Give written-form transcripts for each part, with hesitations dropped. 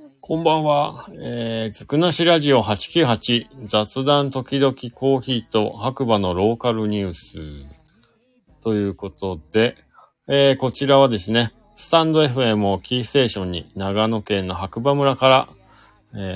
こんばんは。つくなしラジオ898雑談時々コーヒーと白馬のローカルニュースということで、こちらはですね、スタンド FM をキーステーションに長野県の白馬村から、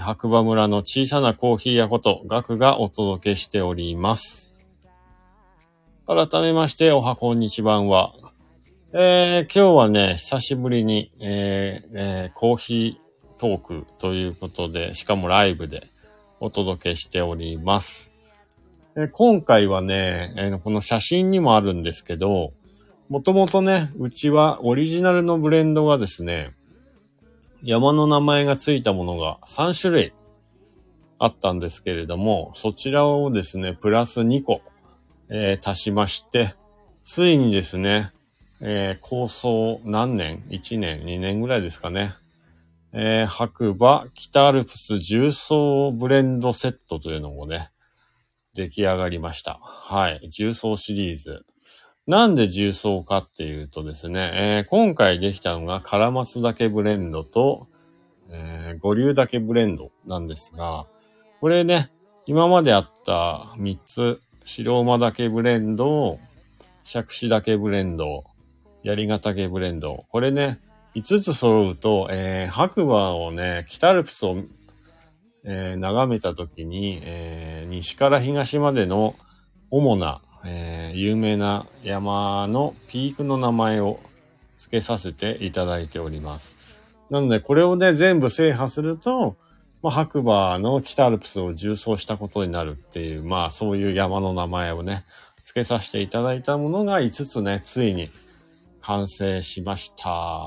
白馬村の小さなコーヒー屋ことガクがお届けしております。改めましておはこんにちばんは。今日はね、久しぶりに、コーヒートークということで、しかもライブでお届けしております。今回はね、この写真にもあるんですけど、もともとね、うちはオリジナルのブレンドがですね、山の名前がついたものが3種類あったんですけれども、そちらをですね、プラス2個、足しまして、ついにですね、構想何年 ?1 年、2年ぐらいですかね。白馬北アルプス重曹ブレンドセットというのもね、出来上がりました。はい。重曹シリーズ。なんで重曹かっていうとですね、今回できたのがカラマツダケブレンドと、五竜岳ブレンドなんですが、これね、今まであった3つ、白馬岳ブレンド、杓子岳ブレンド、槍ヶ岳ブレンド。これね、5つ揃うと、白馬をね、北アルプスを、眺めたときに、西から東までの主な、有名な山のピークの名前を付けさせていただいております。なので、これをね、全部制覇すると、白馬の北アルプスを縦走したことになるっていう、そういう山の名前をね、付けさせていただいたものが5つね、ついに完成しました。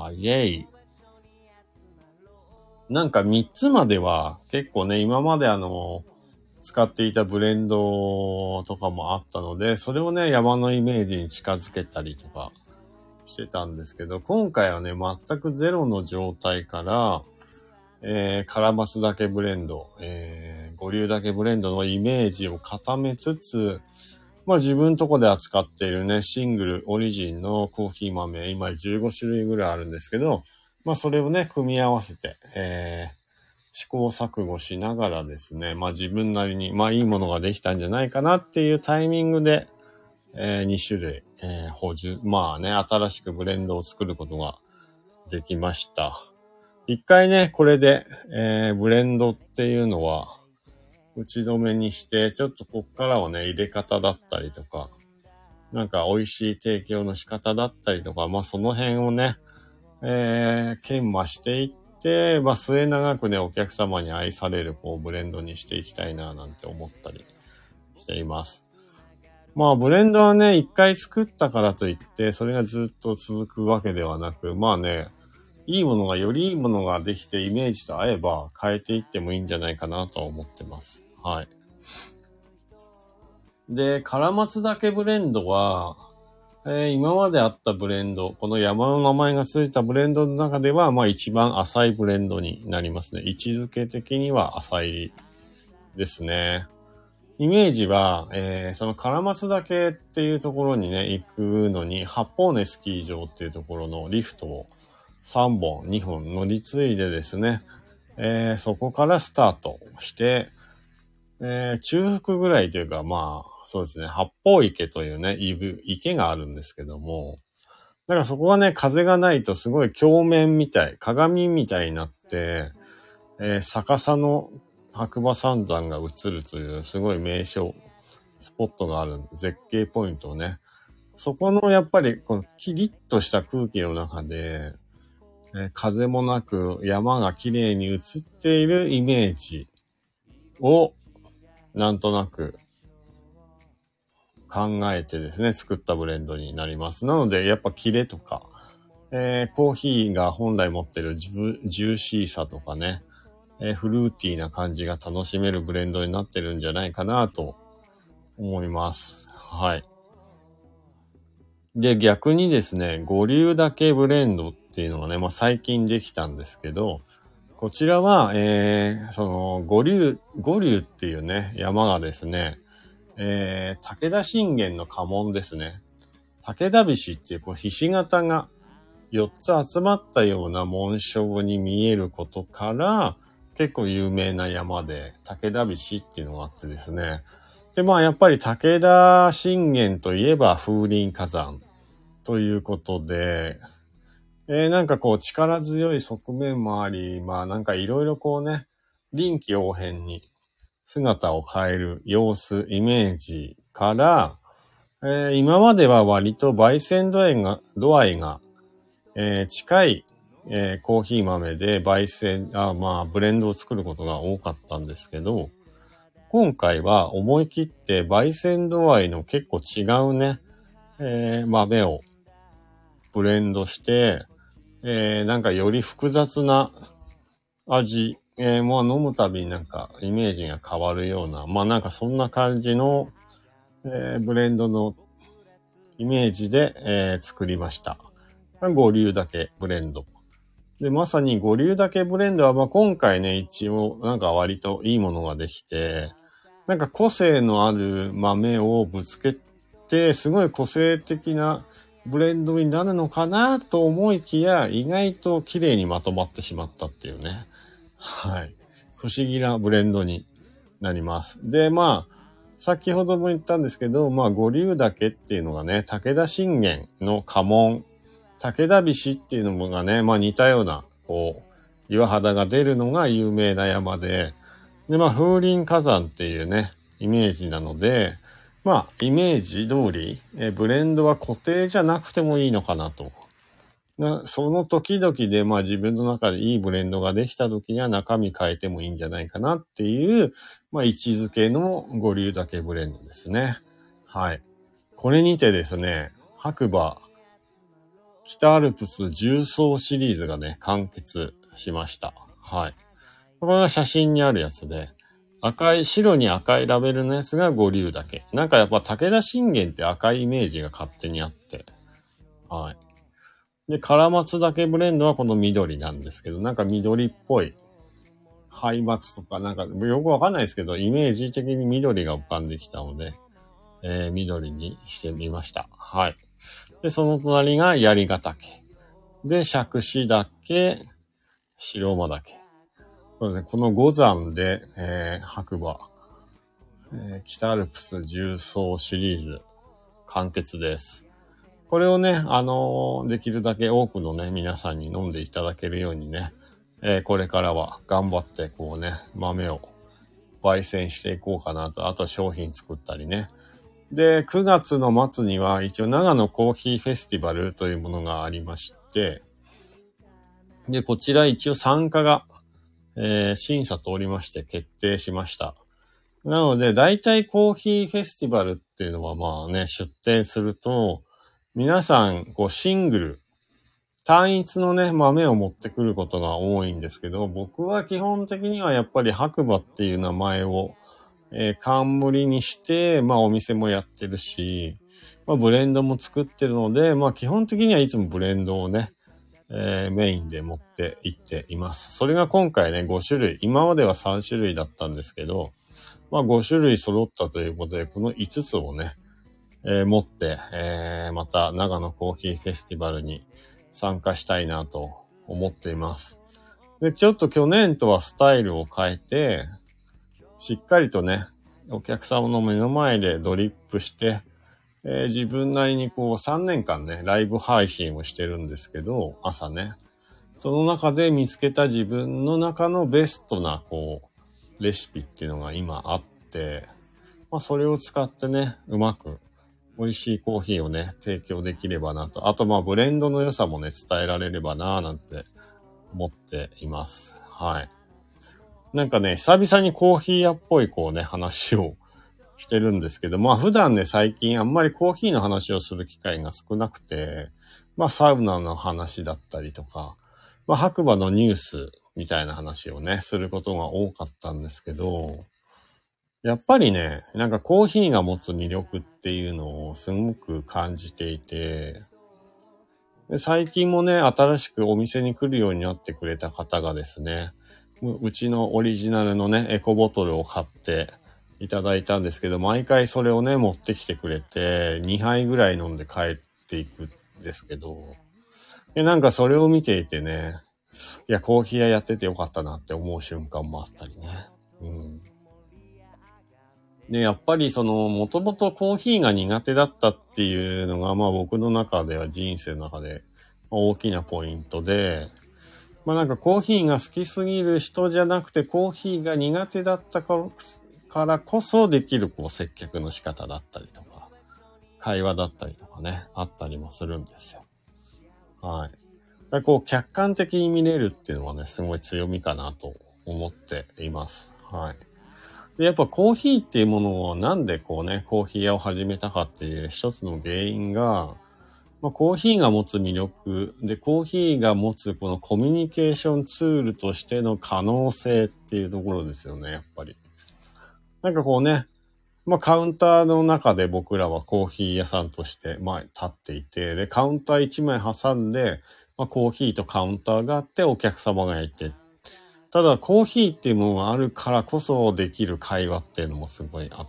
イェイ。なんか3つまでは結構ね、今まで使っていたブレンドとかもあったので、それをね、山のイメージに近づけたりとかしてたんですけど、今回はね、全くゼロの状態から、カラマツ岳ブレンド、五竜岳ブレンドのイメージを固めつつ、自分とこで扱っているね、シングル、オリジンのコーヒー豆、今15種類ぐらいあるんですけど、それをね、組み合わせて、試行錯誤しながらですね、自分なりに、いいものができたんじゃないかなっていうタイミングで、2種類、補充、新しくブレンドを作ることができました。一回ね、これで、ブレンドっていうのは、打ち止めにして、ちょっとこっからはね、入れ方だったりとか、なんか美味しい提供の仕方だったりとか、その辺をね、研磨していって、末永くね、お客様に愛される、ブレンドにしていきたいな、なんて思ったりしています。ブレンドはね、一回作ったからといって、それがずっと続くわけではなく、いいものがよりいいものができてイメージと合えば変えていってもいいんじゃないかなと思ってます。はい。で、カラマツ岳ブレンドは、今まであったブレンド、この山の名前がついたブレンドの中では、一番浅いブレンドになりますね。位置づけ的には浅いですね。イメージは、そのカラマツ岳っていうところにね、行くのに、八方根スキー場っていうところのリフトを3本、2本乗り継いでですね、そこからスタートして、中腹ぐらいというか、そうですね、八方池というね、池があるんですけども、だからそこがね、風がないとすごい鏡面みたい、鏡みたいになって、逆さの白馬三山が映るというすごい名所、スポットがあるんで、絶景ポイントをね、そこのやっぱりこのキリッとした空気の中で、風もなく山が綺麗に映っているイメージをなんとなく考えてですね、作ったブレンドになります。なのでやっぱキレとか、コーヒーが本来持ってるジューシーさとかね、フルーティーな感じが楽しめるブレンドになってるんじゃないかなと思います。はい。で、逆にですね、五竜岳ブレンドっていうのがね、最近できたんですけど、こちらは、その、五竜っていうね、山がですね、武田信玄の家紋ですね。武田菱っていう、ひし形が 4つ集まったような紋章に見えることから、結構有名な山で、武田菱っていうのがあってですね。で、まあやっぱり武田信玄といえば風林火山ということで、なんかこう力強い側面もあり、まあなんかいろいろこうね、臨機応変に姿を変える様子、イメージから、今までは割と焙煎度合いが、近い、コーヒー豆でブレンドを作ることが多かったんですけど、今回は思い切って焙煎度合いの結構違うね、豆をブレンドして、なんかより複雑な味、もう飲むたびになんかイメージが変わるような、まあなんかそんな感じの、ブレンドのイメージで、作りました。五流岳ブレンド。で、まさに五流岳ブレンドは、まあ今回ね、一応なんか割といいものができて、なんか個性のある豆をぶつけて、すごい個性的なブレンドになるのかなと思いきや、意外と綺麗にまとまってしまったっていうね。はい。不思議なブレンドになります。で、まあ、先ほども言ったんですけど、まあ、五竜岳っていうのがね、武田信玄の家紋、武田菱っていうのがね、まあ似たような、こう、岩肌が出るのが有名な山で、で、まあ、風林火山っていうね、イメージなので、まあ、イメージ通り、ブレンドは固定じゃなくてもいいのかなと。その時々で、まあ自分の中でいいブレンドができた時には中身変えてもいいんじゃないかなっていう、まあ位置づけの五流岳ブレンドですね。はい。これにてですね、白馬北アルプス重曹シリーズがね、完結しました。はい。これが写真にあるやつで、白に赤いラベルのやつが五流岳。なんかやっぱ武田信玄って赤いイメージが勝手にあって、はい。で、カラマツ岳ブレンドはこの緑なんですけど、なんか緑っぽい。ハイマツとかなんかよくわかんないですけど、イメージ的に緑が浮かんできたので、緑にしてみました。はい。で、その隣が槍ヶ岳。で、杓子岳、白馬岳。そうですね、この五山で、白馬、北アルプス重曹シリーズ完結です。これをね、できるだけ多くのね、皆さんに飲んでいただけるようにね、これからは頑張ってこうね、豆を焙煎していこうかなと、あと商品作ったりね。で、9月の末には一応長野コーヒーフェスティバルというものがありまして、で、こちら一応参加が、審査通りまして決定しました。なので、大体コーヒーフェスティバルっていうのはまあね、出展すると、皆さん、こうシングル、単一のね、豆を持ってくることが多いんですけど、僕は基本的にはやっぱり白馬っていう名前を、冠にして、まあお店もやってるし、まあブレンドも作ってるので、まあ基本的にはいつもブレンドをね、メインで持って行っています。それが今回ね、5種類、今までは3種類だったんですけど、まあ5種類揃ったということで、この5つをね、持って、また長野コーヒーフェスティバルに参加したいなと思っています。で、ちょっと去年とはスタイルを変えて、しっかりとね、お客様の目の前でドリップして、自分なりにこう3年間ね、ライブ配信をしてるんですけど、朝ね。その中で見つけた自分の中のベストなこう、レシピっていうのが今あって、まあそれを使ってね、うまく美味しいコーヒーをね、提供できればなと。あとまあブレンドの良さもね、伝えられればななんて思っています。はい。なんかね、久々にコーヒー屋っぽいこうね、話をしてるんですけど、まあ普段ね、最近あんまりコーヒーの話をする機会が少なくて、まあサウナの話だったりとか、まあ白馬のニュースみたいな話をね、することが多かったんですけど、やっぱりね、なんかコーヒーが持つ魅力っていうのをすごく感じていて、で最近もね、新しくお店に来るようになってくれた方がですね、うちのオリジナルのね、エコボトルを買っていただいたんですけど、毎回それをね、持ってきてくれて、2杯ぐらい飲んで帰っていくんですけど、 で、なんかそれを見ていてね、いや、コーヒー屋やっててよかったなって思う瞬間もあったりね。うん。で、やっぱりもともとコーヒーが苦手だったっていうのが、まあ僕の中では人生の中で大きなポイントで、まあなんかコーヒーが好きすぎる人じゃなくて、コーヒーが苦手だったからこそできる接客の仕方だったりとか、会話だったりとかね、あったりもするんですよ。はい。だから客観的に見れるっていうのはね、すごい強みかなと思っています。はい。で、やっぱコーヒーっていうものをなんでコーヒー屋を始めたかっていう一つの原因が、まあ、コーヒーが持つ魅力で、コーヒーが持つこのコミュニケーションツールとしての可能性っていうところですよね、やっぱり。なんかまあカウンターの中で僕らはコーヒー屋さんとして立っていて、で、カウンター一枚挟んで、まあコーヒーとカウンターがあってお客様がいて、ただコーヒーっていうものがあるからこそできる会話っていうのもすごいあって、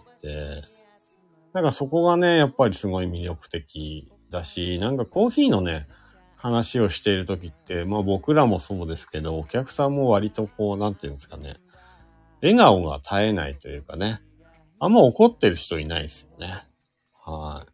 なんかそこがね、やっぱりすごい魅力的だし、なんかコーヒーのね、話をしているときって、まあ僕らもそうですけど、お客さんも割となんていうんですかね、笑顔が絶えないというかね、あんま怒ってる人いないですよね。はい。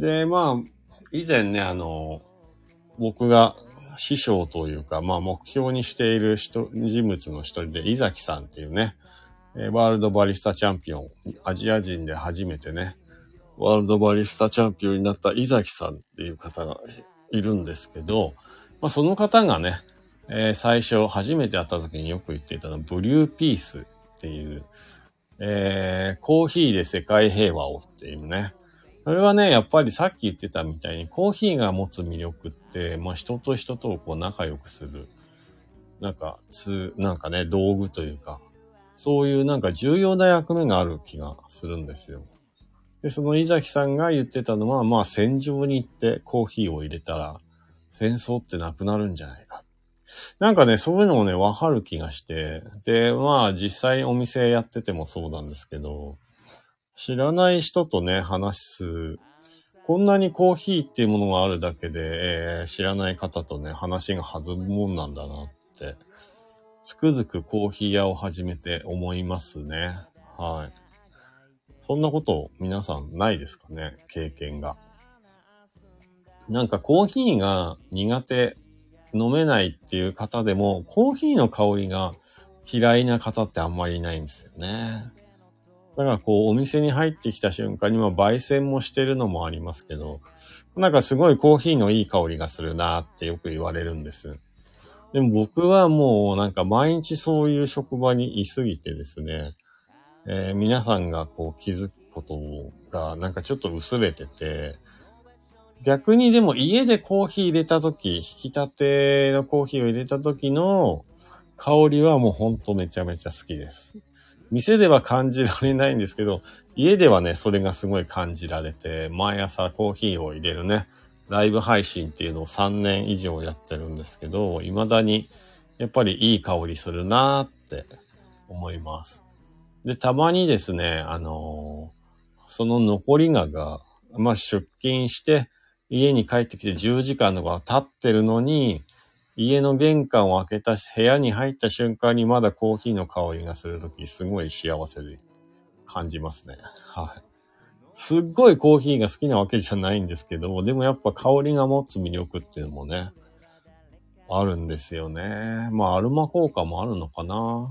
で、まあ、以前ね、僕が師匠というか、まあ目標にしている人物の一人で、井崎さんっていうね、ワールドバリスタチャンピオン、アジア人で初めてね、ワールドバリスタチャンピオンになった井崎さんっていう方がいるんですけど、まあその方がね、最初初めて会った時によく言っていたのはブリューピースっていう、コーヒーで世界平和をっていうね。それはね、やっぱりさっき言ってたみたいにコーヒーが持つ魅力って、まあ人と人とを仲良くする、なんかね、道具というか、そういうなんか重要な役目がある気がするんですよ。で、その井崎さんが言ってたのは、まあ戦場に行ってコーヒーを入れたら、戦争ってなくなるんじゃないか。なんかね、そういうのもね、わかる気がして、で、まあ実際お店やっててもそうなんですけど、知らない人とね、話す、こんなにコーヒーっていうものがあるだけで、知らない方とね、話が弾むもんなんだなって、つくづくコーヒー屋を始めて思いますね。はい。そんなこと皆さんないですかね、経験が。なんかコーヒーが苦手、飲めないっていう方でも、コーヒーの香りが嫌いな方ってあんまりいないんですよね。だからお店に入ってきた瞬間に焙煎もしてるのもありますけど、なんかすごいコーヒーのいい香りがするなってよく言われるんです。でも僕はもうなんか毎日そういう職場にいすぎてですね、皆さんが気づくことがなんかちょっと薄れてて、逆にでも家でコーヒー入れた時、引き立てのコーヒーを入れた時の香りはもうほんとめちゃめちゃ好きです。店では感じられないんですけど、家ではね、それがすごい感じられて、毎朝コーヒーを入れるね、ライブ配信っていうのを3年以上やってるんですけど、未だにやっぱりいい香りするなーって思います。で、たまにですね、その残りが、まあ、出勤して、家に帰ってきて10時間とか経ってるのに、家の玄関を開けた部屋に入った瞬間にまだコーヒーの香りがするとき、すごい幸せで感じますね。はい。すっごいコーヒーが好きなわけじゃないんですけど、でもやっぱ香りが持つ魅力っていうのもね、あるんですよね。まあ、アロマ効果もあるのかな。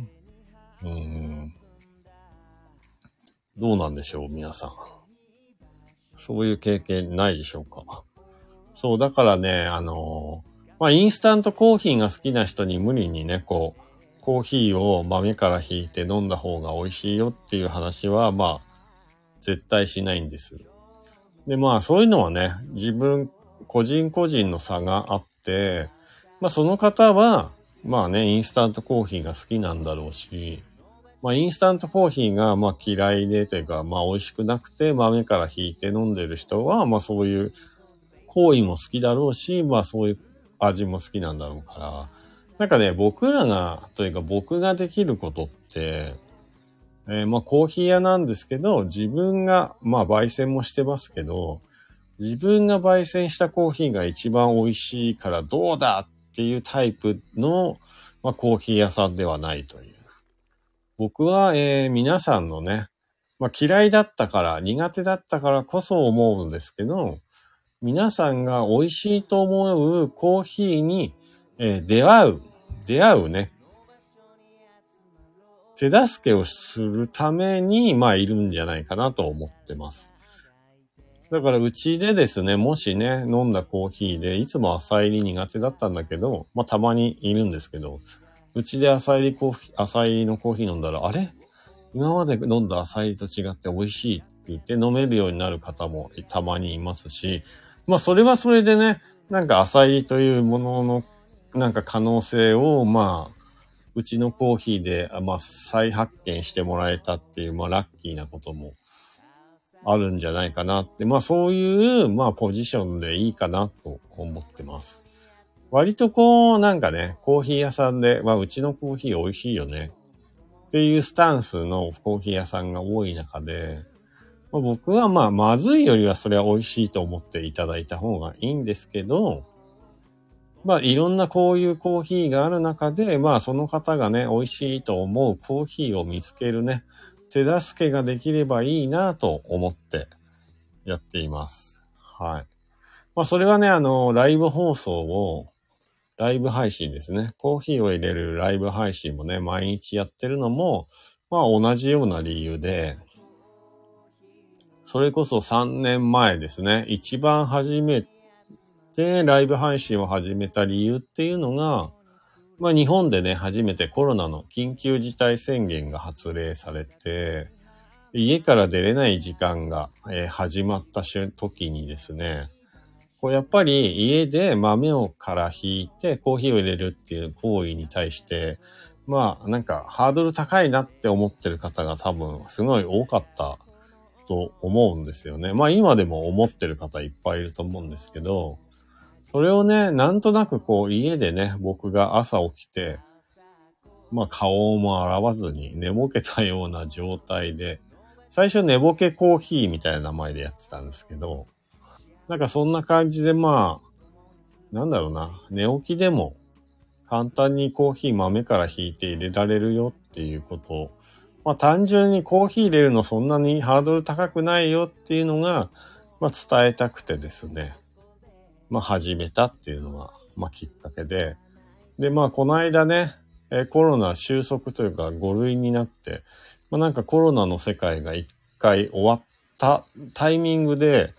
どうなんでしょう、皆さん。そういう経験ないでしょうか。そう、だからね、まあ、インスタントコーヒーが好きな人に無理にね、コーヒーを豆からひいて飲んだ方が美味しいよっていう話は、まあ、絶対しないんです。で、まあ、そういうのはね、個人個人の差があって、まあ、その方は、まあね、インスタントコーヒーが好きなんだろうし、まあ、インスタントコーヒーが、まあ、嫌いでというか、まあ、美味しくなくて豆からひいて飲んでる人は、まあ、そういう行為も好きだろうし、まあ、そういう味も好きなんだろうから、なんかね、僕ができることって、まあ、コーヒー屋なんですけど、自分が、まあ、焙煎もしてますけど、 自分が焙煎したコーヒーが一番美味しいからどうだっていうタイプの、コーヒー屋さんではないという。僕は、皆さんのね、嫌いだったから、苦手だったからこそ思うんですけど、皆さんが美味しいと思うコーヒーに、出会うね、手助けをするために、いるんじゃないかなと思ってます。だからうちでですね、もしね、飲んだコーヒーで、いつも浅入り苦手だったんだけど、たまにいるんですけど、うちで浅入りのコーヒー飲んだら、あれ今まで飲んだ浅入りと違って美味しいって言って飲めるようになる方もたまにいますし、それはそれでね、なんか浅入りというものの、なんか可能性を、うちのコーヒーで、再発見してもらえたっていう、ラッキーなこともあるんじゃないかなって、そういう、ポジションでいいかなと思ってます。割となんかね、コーヒー屋さんで、うちのコーヒー美味しいよねっていうスタンスのコーヒー屋さんが多い中で、僕はまずいよりはそれは美味しいと思っていただいた方がいいんですけど、いろんなこういうコーヒーがある中で、その方がね、美味しいと思うコーヒーを見つけるね、手助けができればいいなと思ってやっています。はい。それはね、ライブ放送を、ライブ配信ですね。コーヒーを入れるライブ配信もね、毎日やってるのも、同じような理由で、それこそ3年前ですね、一番初めてライブ配信を始めた理由っていうのが、日本でね、初めてコロナの緊急事態宣言が発令されて、家から出れない時間が、始まった時にですね、やっぱり家で豆をからひいてコーヒーを入れるっていう行為に対して、なんかハードル高いなって思ってる方が多分すごい多かったと思うんですよね。今でも思ってる方いっぱいいると思うんですけど、それをね、なんとなく家でね、僕が朝起きて、顔も洗わずに寝ぼけたような状態で、最初寝ぼけコーヒーみたいな名前でやってたんですけど、なんかそんな感じでなんだろうな、寝起きでも簡単にコーヒー豆からひいて入れられるよっていうことを、単純にコーヒー入れるのそんなにハードル高くないよっていうのが、伝えたくてですね、始めたっていうのが、きっかけで、で、この間ね、コロナ収束というか5類になって、なんかコロナの世界が一回終わったタイミングで、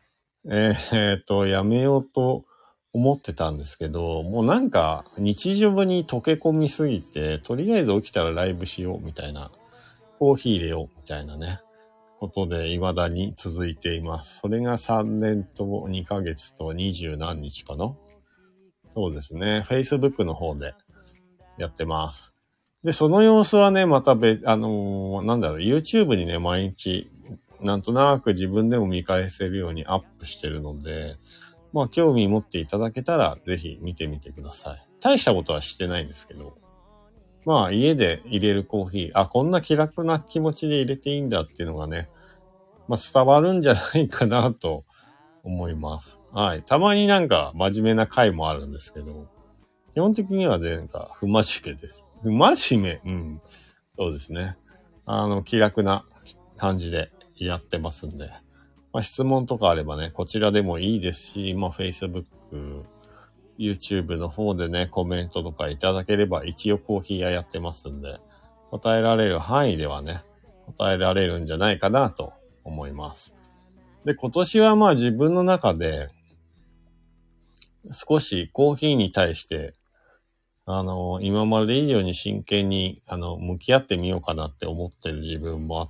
やめようと思ってたんですけど、もうなんか日常に溶け込みすぎて、とりあえず起きたらライブしようみたいな、コーヒー入れようみたいなね、ことで未だに続いています。それが3年と2ヶ月と20何日かな。そうですね。Facebook の方でやってます。で、その様子はね、またYouTube にね、毎日、なんとなく自分でも見返せるようにアップしてるので、興味持っていただけたら、ぜひ見てみてください。大したことはしてないんですけど、家で入れるコーヒー、こんな気楽な気持ちで入れていいんだっていうのがね、伝わるんじゃないかなと思います。はい。たまになんか真面目な回もあるんですけど、基本的にはね、なんか不真面目です。不真面目。うん。そうですね。気楽な感じでやってますんで。質問とかあればね、こちらでもいいですし、Facebook、YouTube の方でね、コメントとかいただければ、一応コーヒー屋やってますんで、答えられる範囲ではね、答えられるんじゃないかなと思います。で、今年は自分の中で、少しコーヒーに対して、今まで以上に真剣に、向き合ってみようかなって思ってる自分もあって、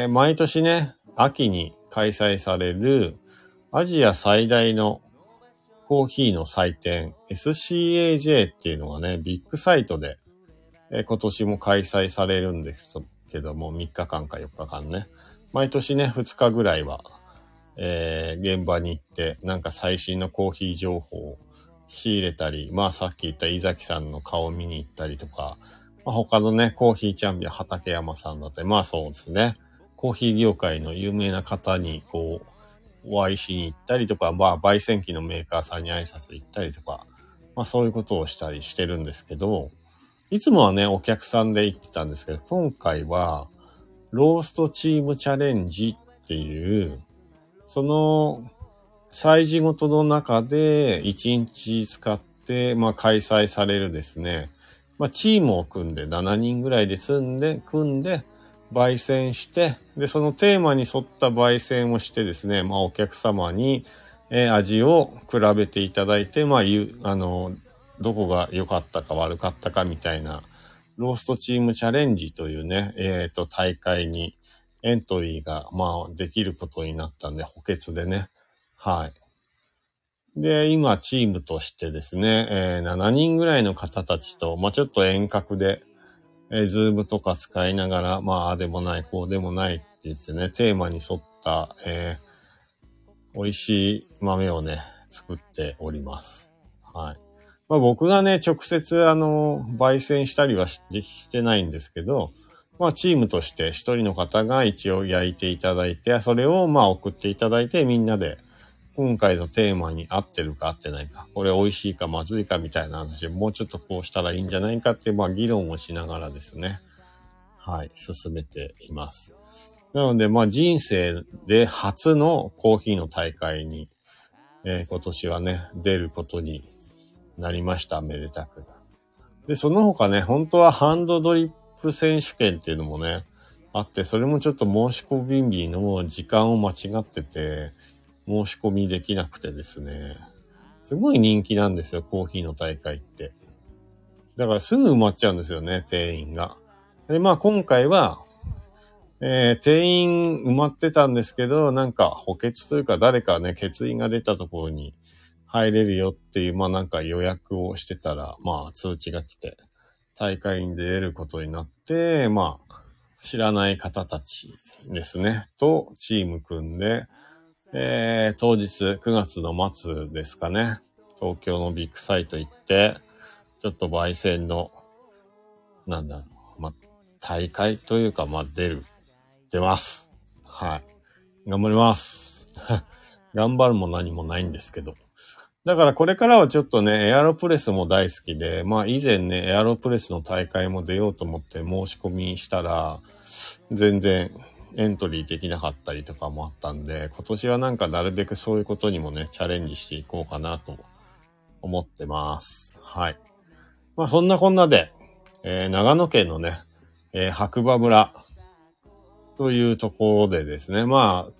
毎年ね、秋に開催されるアジア最大のコーヒーの祭典 SCAJ っていうのがね、ビッグサイトで、今年も開催されるんですけども、3日間か4日間ね。毎年ね、2日ぐらいは、現場に行って、なんか最新のコーヒー情報を仕入れたり、さっき言った井崎さんの顔を見に行ったりとか、他のね、コーヒーチャンピオン、畠山さんだったり、そうですね。コーヒー業界の有名な方に、 お会いしに行ったりとか、まあ、焙煎機のメーカーさんに挨拶行ったりとか、まあ、そういうことをしたりしてるんですけど、いつもはね、お客さんで行ってたんですけど、今回は、ローストチームチャレンジっていう、その、催事ごとの中で1日使って、まあ、開催されるですね、まあ、チームを組んで7人ぐらいで組んで、焙煎して、で、そのテーマに沿った焙煎をしてですね、まあ、お客様に、味を比べていただいて、まあ、どこが良かったか悪かったかみたいな、ローストチームチャレンジというね、大会にエントリーが、まあ、できることになったんで、補欠でね。はい。で、今、チームとしてですね、7人ぐらいの方たちと、まあ、ちょっと遠隔で、ズームとか使いながら、まあ、ああでもない、こうでもないって言ってね、テーマに沿った、美味しい豆をね、作っております。はい。まあ、僕がね、直接、焙煎したりはしてないんですけど、まあ、チームとして一人の方が一応焼いていただいて、それをまあ、送っていただいて、みんなで、今回のテーマに合ってるか合ってないか、これ美味しいかまずいかみたいな話でもうちょっとこうしたらいいんじゃないかっていう、まあ議論をしながらですね、はい、進めています。なので、まあ人生で初のコーヒーの大会に、今年はね、出ることになりました、めでたく。で、その他ね、本当はハンドドリップ選手権っていうのもね、あって、それもちょっと申し込みの時間を間違ってて、申し込みできなくてですね。すごい人気なんですよ、コーヒーの大会って。だからすぐ埋まっちゃうんですよね、定員が。で、まあ今回は、定員埋まってたんですけど、なんか補欠というか誰かね、欠員が出たところに入れるよっていう、まあなんか予約をしてたら、まあ通知が来て、大会に出れることになって、まあ、知らない方たちですね、とチーム組んで、当日9月の末ですかね。東京のビッグサイト行って、ちょっと焙煎の、なんだろう、ま、大会というか、ま、出ます。はい。頑張ります。頑張るも何もないんですけど。だからこれからはちょっとね、エアロプレスも大好きで、まあ以前ね、エアロプレスの大会も出ようと思って申し込みしたら、全然エントリーできなかったりとかもあったんで、今年はなんかなるべくそういうことにもね、チャレンジしていこうかなと思ってます。はい。まあそんなこんなで、長野県のね、白馬村というところでですね、まあ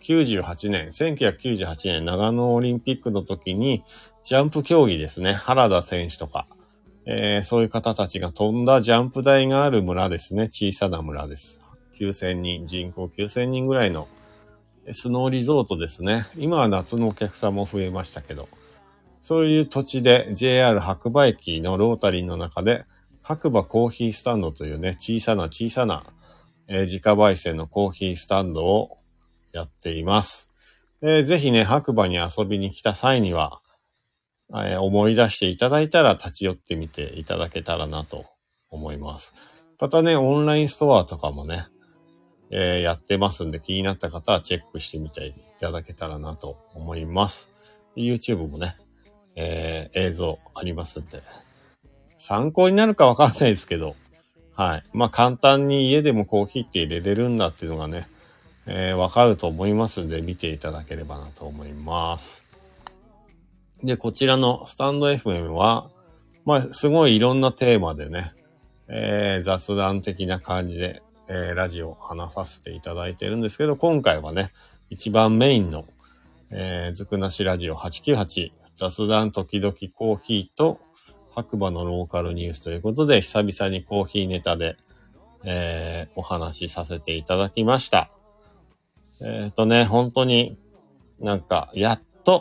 1998年長野オリンピックの時にジャンプ競技ですね、原田選手とか、そういう方たちが飛んだジャンプ台がある村ですね、小さな村です。9000人、人口9000人ぐらいのスノーリゾートですね。今は夏のお客さんも増えましたけど、そういう土地で JR 白馬駅のロータリーの中で白馬コーヒースタンドというね、小さな、自家焙煎のコーヒースタンドをやっています。ぜひね、白馬に遊びに来た際には、思い出していただいたら立ち寄ってみていただけたらなと思います。またね、オンラインストアとかもね、やってますんで気になった方はチェックしてみていただけたらなと思います。YouTube もね、映像ありますんで、参考になるかわかんないですけど、はい。まあ簡単に家でもコーヒーって入れれるんだっていうのがね、わかると思いますんで見ていただければなと思います。で、こちらのスタンド FM は、まあすごいいろんなテーマでね、雑談的な感じで、ラジオを話させていただいてるんですけど、今回はね、一番メインの、ずくなしラジオ898雑談時々コーヒーと白馬のローカルニュースということで、久々にコーヒーネタで、お話しさせていただきました。本当になんか、やっと、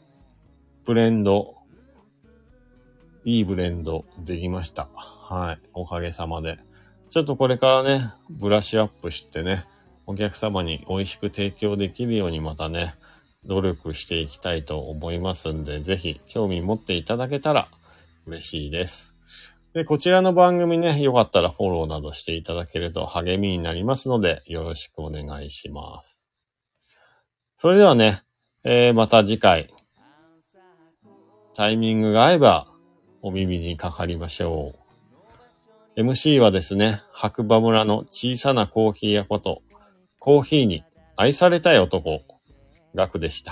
いいブレンドできました。はい。おかげさまで。ちょっとこれからね、ブラッシュアップしてね、お客様に美味しく提供できるようにまたね、努力していきたいと思いますんで、ぜひ興味持っていただけたら嬉しいです。で、こちらの番組ね、よかったらフォローなどしていただけると励みになりますので、よろしくお願いします。それではね、 また次回、タイミングが合えばお耳にかかりましょう。MC はですね、白馬村の小さなコーヒー屋こと、コーヒーに愛されたい男、ガクでした。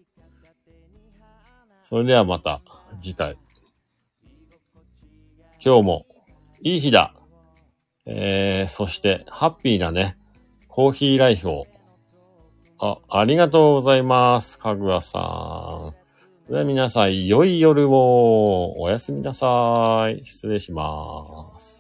それではまた次回。今日もいい日だ。そしてハッピーなね、コーヒーライフを。ありがとうございます。かぐわさん。では皆さん、良い夜を。おやすみなさい。失礼します。